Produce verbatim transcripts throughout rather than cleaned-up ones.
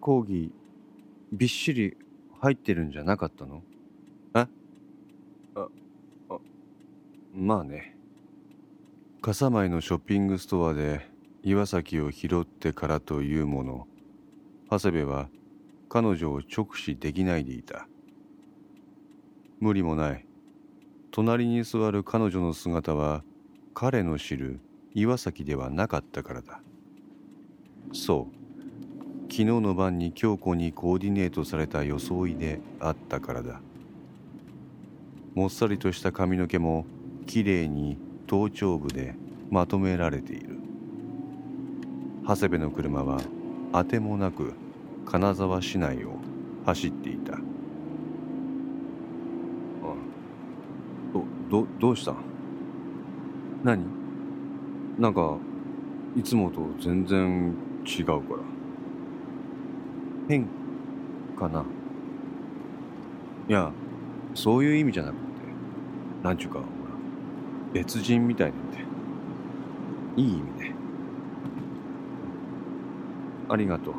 講義びっしり入ってるんじゃなかったの？えああまあね。笠間のショッピングストアで岩崎を拾ってからというもの、長谷部は彼女を直視できないでいた。無理もない。隣に座る彼女の姿は彼の知る岩崎ではなかったからだ。そう、昨日の晩に京子にコーディネートされた装いであったからだ。もっさりとした髪の毛もきれいに頭頂部でまとめられている。長谷部の車はあてもなく金沢市内を走っていた。あど、ど、どうしたん？何？なんかいつもと全然違うから。変かな？いや、そういう意味じゃなくて、なんちゅうか、ほら、別人みたいなんて。いい意味で。ありがとう。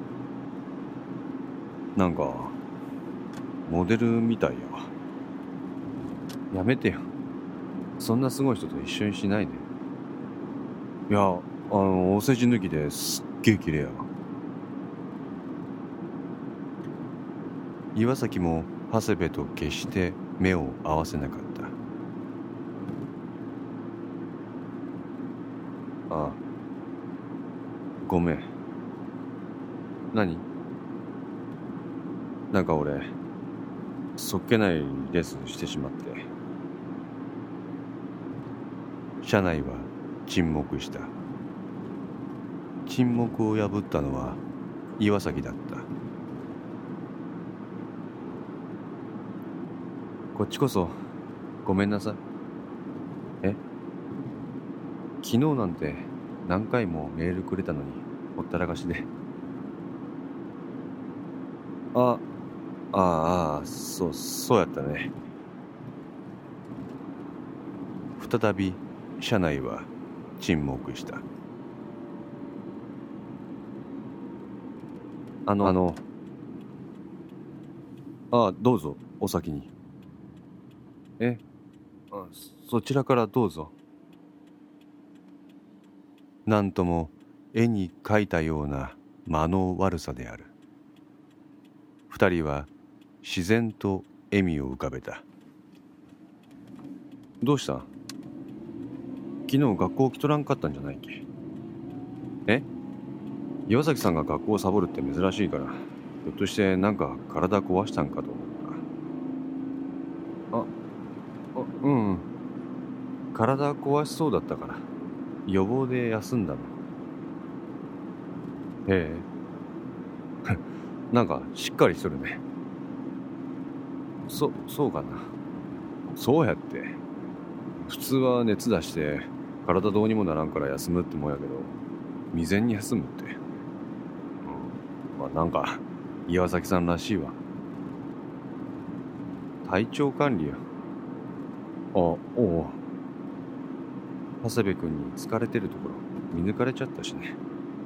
なんか、モデルみたいやわ。やめてよ。そんなすごい人と一緒にしないで。いや、あの、お世辞抜きですっげえ綺麗やわ。岩崎も長谷部と決して目を合わせなかった。ああ、ごめん。何？なんか俺そっけないレスしてしまって。車内は沈黙した。沈黙を破ったのは岩崎だった。こっちこそごめんなさい。え？昨日なんて何回もメールくれたのにほったらかしで。あ、ああ、そう、そうやったね。再び車内は沈黙した。あの、あの、ああ、どうぞ、お先に。え、あ、そちらからどうぞ。なんとも絵に描いたような間の悪さである。二人は自然と笑みを浮かべた。どうした？昨日学校来とらんかったんじゃないっけ？え？岩崎さんが学校をサボるって珍しいから、ひょっとしてなんか体壊したんかと思った。あ、あ、うん、うん。体壊しそうだったから予防で休んだの。へえなんかしっかりしとるね。そ、そうかな。そうやって。普通は熱出して体どうにもならんから休むってもんやけど、未然に休むって、うん、まあなんか岩崎さんらしいわ。体調管理や。あ、おう。長谷部君に疲れてるところ見抜かれちゃったしね。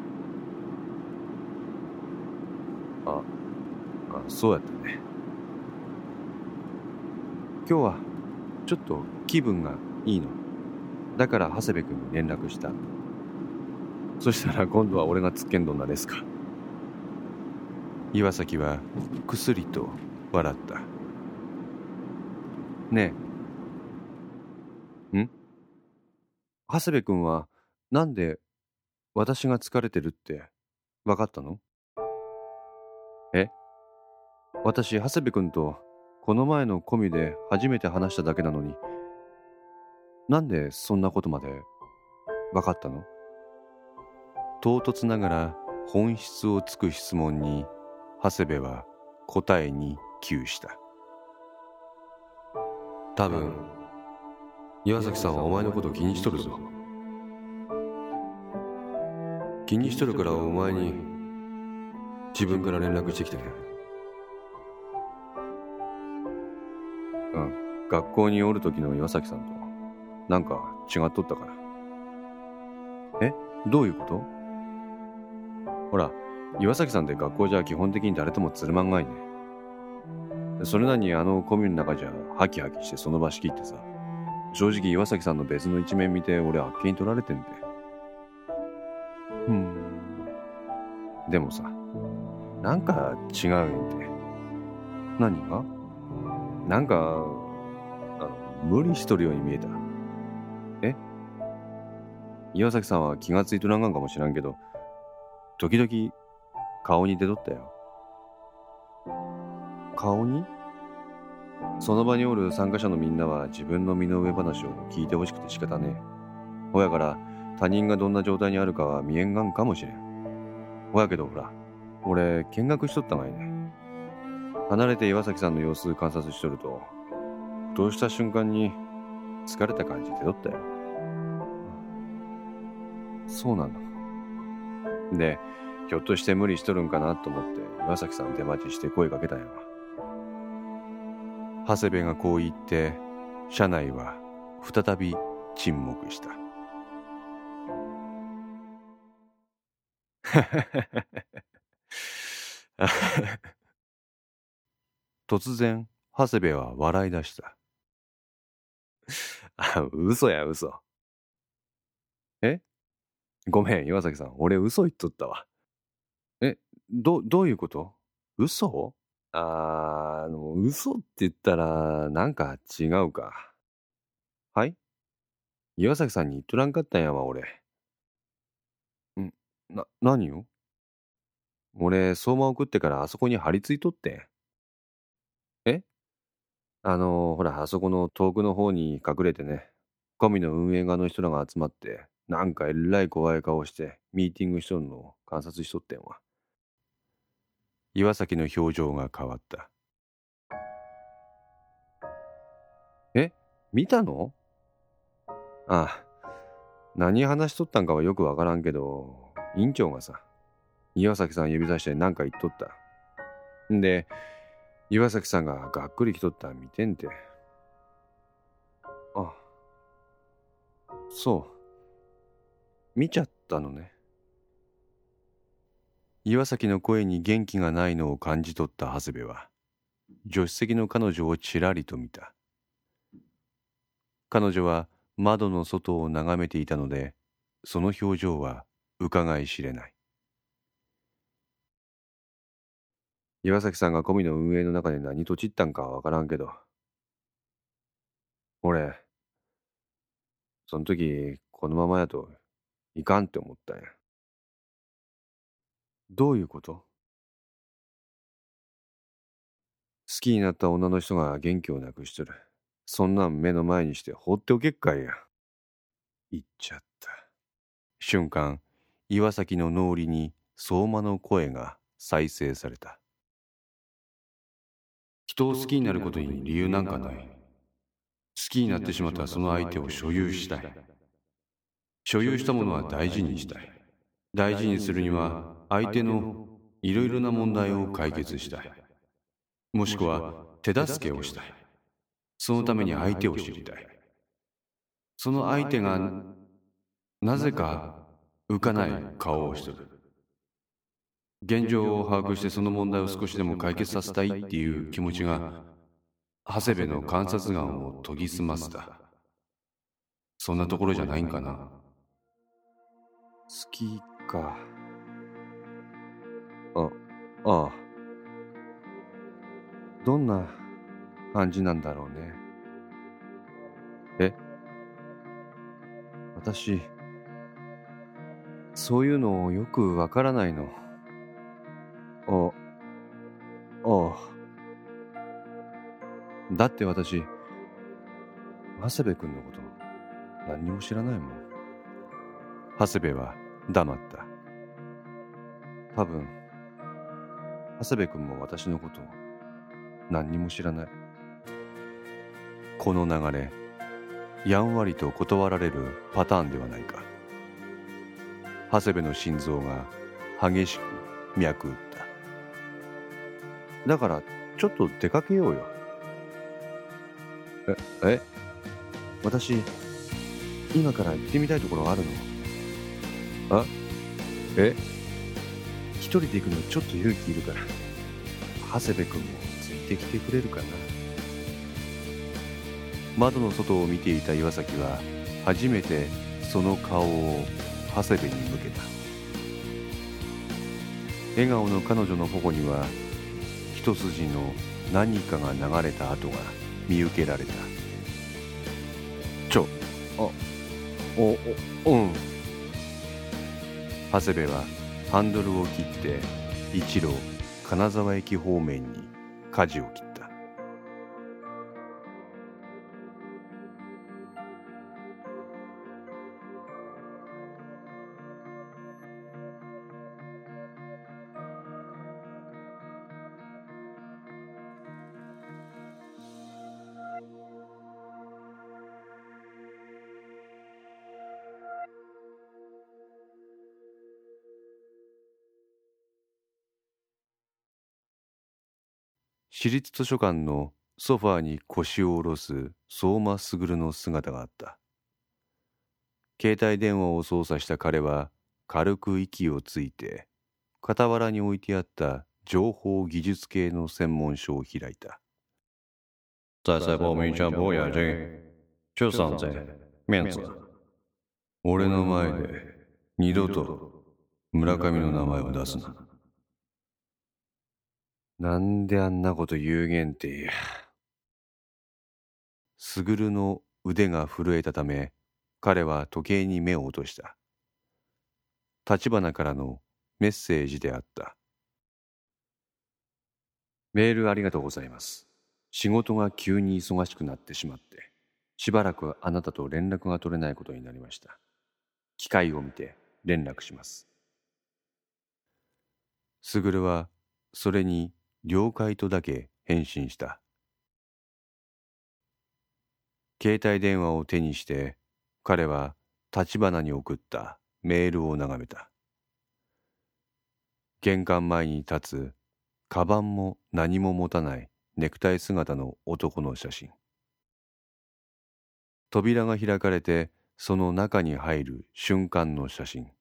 あ、あ、そうやったね。今日はちょっと気分がいいの。だから長谷部君に連絡した。そしたら今度は俺がつっけんどんなですか。岩崎はくすりと笑った。ねえ、ん？長谷部君はなんで私が疲れてるって分かったの？え？私長谷部君とこの前のコミュで初めて話しただけなのに、なんでそんなことまで分かったの？唐突ながら本質をつく質問に長谷部は答えに窮した。 多分岩崎さんはお前のこと気にしとるぞ。気にしとるからお前に自分から連絡してきてね。 うん、学校におる時の岩崎さんとなんか違っとったから。え？どういうこと？ほら、 岩崎さんって学校じゃ基本的に誰ともつるまんがいね。それなのにあのコミュの中じゃハキハキしてその場仕切ってさ、正直岩崎さんの別の一面見て俺あっけに取られてんで。うーん。でもさ、なんか違うんで。何が？なんか、あの、無理しとるように見えた。え？岩崎さんは気がついとらんがんかもしらんけど、時々顔に出とったよ。顔に？その場におる参加者のみんなは自分の身の上話を聞いてほしくて仕方ねえ。ほやから他人がどんな状態にあるかは見えんがんかもしれん。ほやけどほら、俺見学しとったがいね。離れて岩崎さんの様子観察しとると、ふとした瞬間に疲れた感じ出とったよ。そうなの。で、ひょっとして無理しとるんかなと思って岩崎さん出待ちして声かけたんやわ。長谷部がこう言って車内は再び沈黙した。突然長谷部は笑い出した。あ、嘘や嘘。え？ごめん岩崎さん、俺嘘言っとったわ。え、ど、どういうこと？嘘？あー、あの、嘘って言ったらなんか違うか。はい？岩崎さんに言っとらんかったんやわ俺。ん、な、何を？俺相馬送ってからあそこに張り付いとって。え？あのーほらあそこの遠くの方に隠れてね、コミの運営側の人らが集まってなんかえらい怖い顔してミーティングしとるのを観察しとってんわ。岩崎の表情が変わった。え？見たの？ああ、何話しとったんかはよくわからんけど、院長がさ、岩崎さん指さして何か言っとった。んで、岩崎さんががっくりきとったん見てんて。あ、そう。見ちゃったのね。岩崎の声に元気がないのを感じ取った長谷部は、助手席の彼女をちらりと見た。彼女は窓の外を眺めていたので、その表情は伺い知れない。岩崎さんがコミの運営の中で何とちったんかはわからんけど、俺、その時このままやといかんって思ったんや。どういうこと？好きになった女の人が元気をなくしとる。そんなん目の前にして放っておけっかいや。言っちゃった。瞬間、岩崎の脳裏に相馬の声が再生された。人を好きになることに理由なんかない。好きになってしまったその相手を所有したい。所有したものは大事にしたい。大事にするには相手のいろいろな問題を解決したい。もしくは手助けをしたい。そのために相手を知りたい。その相手がなぜか浮かない顔をしてる。現状を把握してその問題を少しでも解決させたいっていう気持ちが長谷部の観察眼を研ぎ澄ませた。そんなところじゃないんかな。好きか。あ、ああ。どんな感じなんだろうね。え？私、そういうのよくわからないの。あ、ああ。だって私、長谷部君のこと何にも知らないもん。長谷部は黙った。多分、長谷部君も私のこと何にも知らない。この流れ、やんわりと断られるパターンではないか。長谷部の心臓が激しく脈打った。だからちょっと出かけようよ。え、え私、今から行ってみたいところあるの。あ、え一人で行くのちょっと勇気いるから、長谷部君もついてきてくれるかな。窓の外を見ていた岩崎は初めてその顔を長谷部に向けた。笑顔の彼女の頬には一筋の何かが流れた跡が見受けられた。ちょ、あ、お、お、うん。長谷部はハンドルを切って一路金沢駅方面に舵を切った。市立図書館のソファーに腰を下ろす相馬卓の姿があった。携帯電話を操作した彼は軽く息をついて傍らに置いてあった情報技術系の専門書を開いた。 再再报名一部眼睛，就算在面子。 俺の前で二度と村上の名前を出すな。なんであんなこと言うげんってや。卓の腕が震えたため、彼は時計に目を落とした。立花からのメッセージであった。メールありがとうございます。仕事が急に忙しくなってしまって、しばらくあなたと連絡が取れないことになりました。機会を見て連絡します。卓はそれに了解とだけ返信した。携帯電話を手にして彼は立花に送ったメールを眺めた。玄関前に立つカバンも何も持たないネクタイ姿の男の写真。扉が開かれてその中に入る瞬間の写真。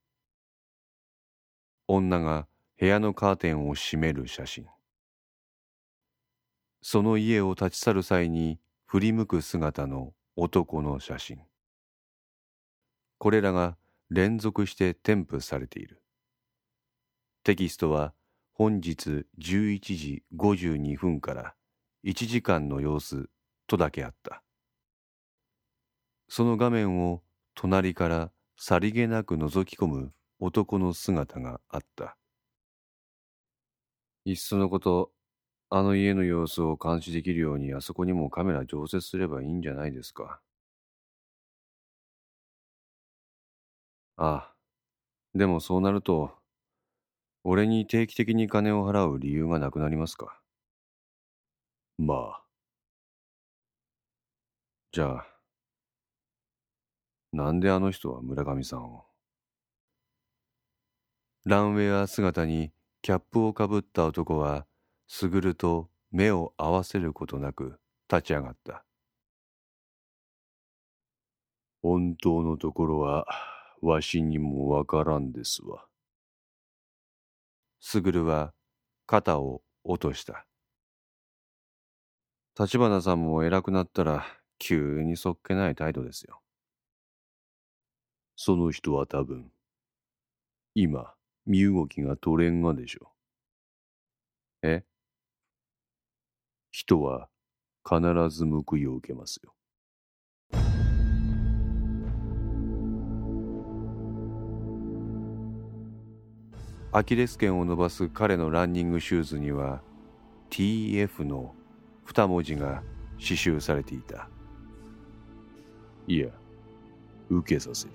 女が部屋のカーテンを閉める写真。その家を立ち去る際に振り向く姿の男の写真。これらが連続して添付されている。テキストは本日じゅういちじごじゅうにふんからいちじかんの様子とだけあった。その画面を隣からさりげなく覗き込む男の姿があった。いっそのこと、あの家の様子を監視できるようにあそこにもカメラ常設すればいいんじゃないですか。ああ、でもそうなると、俺に定期的に金を払う理由がなくなりますか。まあ。じゃあ、なんであの人は村上さんを。ランウェア姿にキャップをかぶった男は、卓と目を合わせることなく立ち上がった。本当のところはわしにもわからんですわ。卓は肩を落とした。立花さんも偉くなったら急にそっけない態度ですよ。その人は多分今身動きが取れんがでしょう。え？人は必ず報いを受けますよ。アキレス腱を伸ばす彼のランニングシューズには ティーエフ の二文字が刺繍されていた。いや、受けさせる。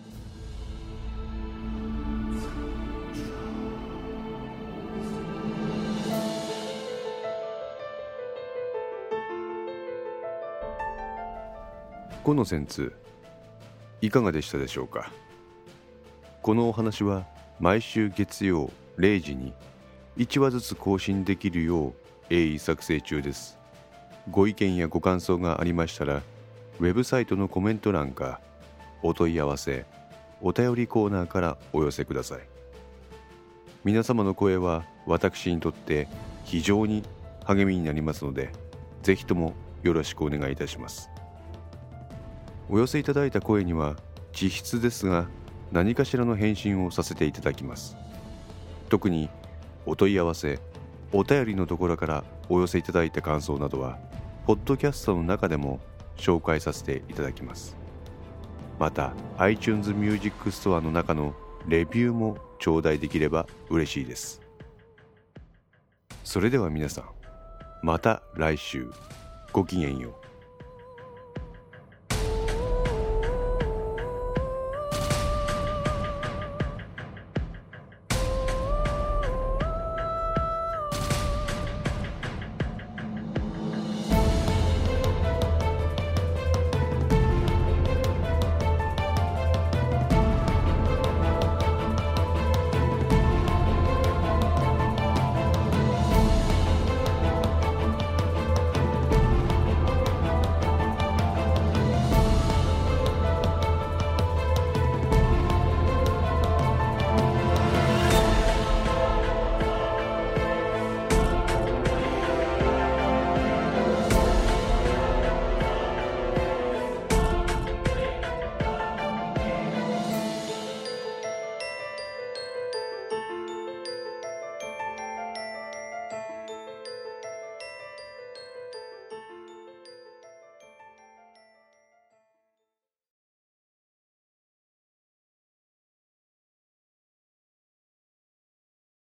このセンツいかがでしたでしょうか。このお話は毎週月曜れいじにいちわずつ更新できるよう鋭意作成中です。ご意見やご感想がありましたらウェブサイトのコメント欄かお問い合わせお便りコーナーからお寄せください。 皆様の声は私にとって非常に励みになりますので、ぜひともよろしくお願いいたします。お寄せいただいた声には実質ですが何かしらの返信をさせていただきます。特にお問い合わせ、お便りのところからお寄せいただいた感想などはポッドキャストの中でも紹介させていただきます。また iTunes Music Store の中のレビューも頂戴できれば嬉しいです。それでは皆さん、また来週ごきげんよう。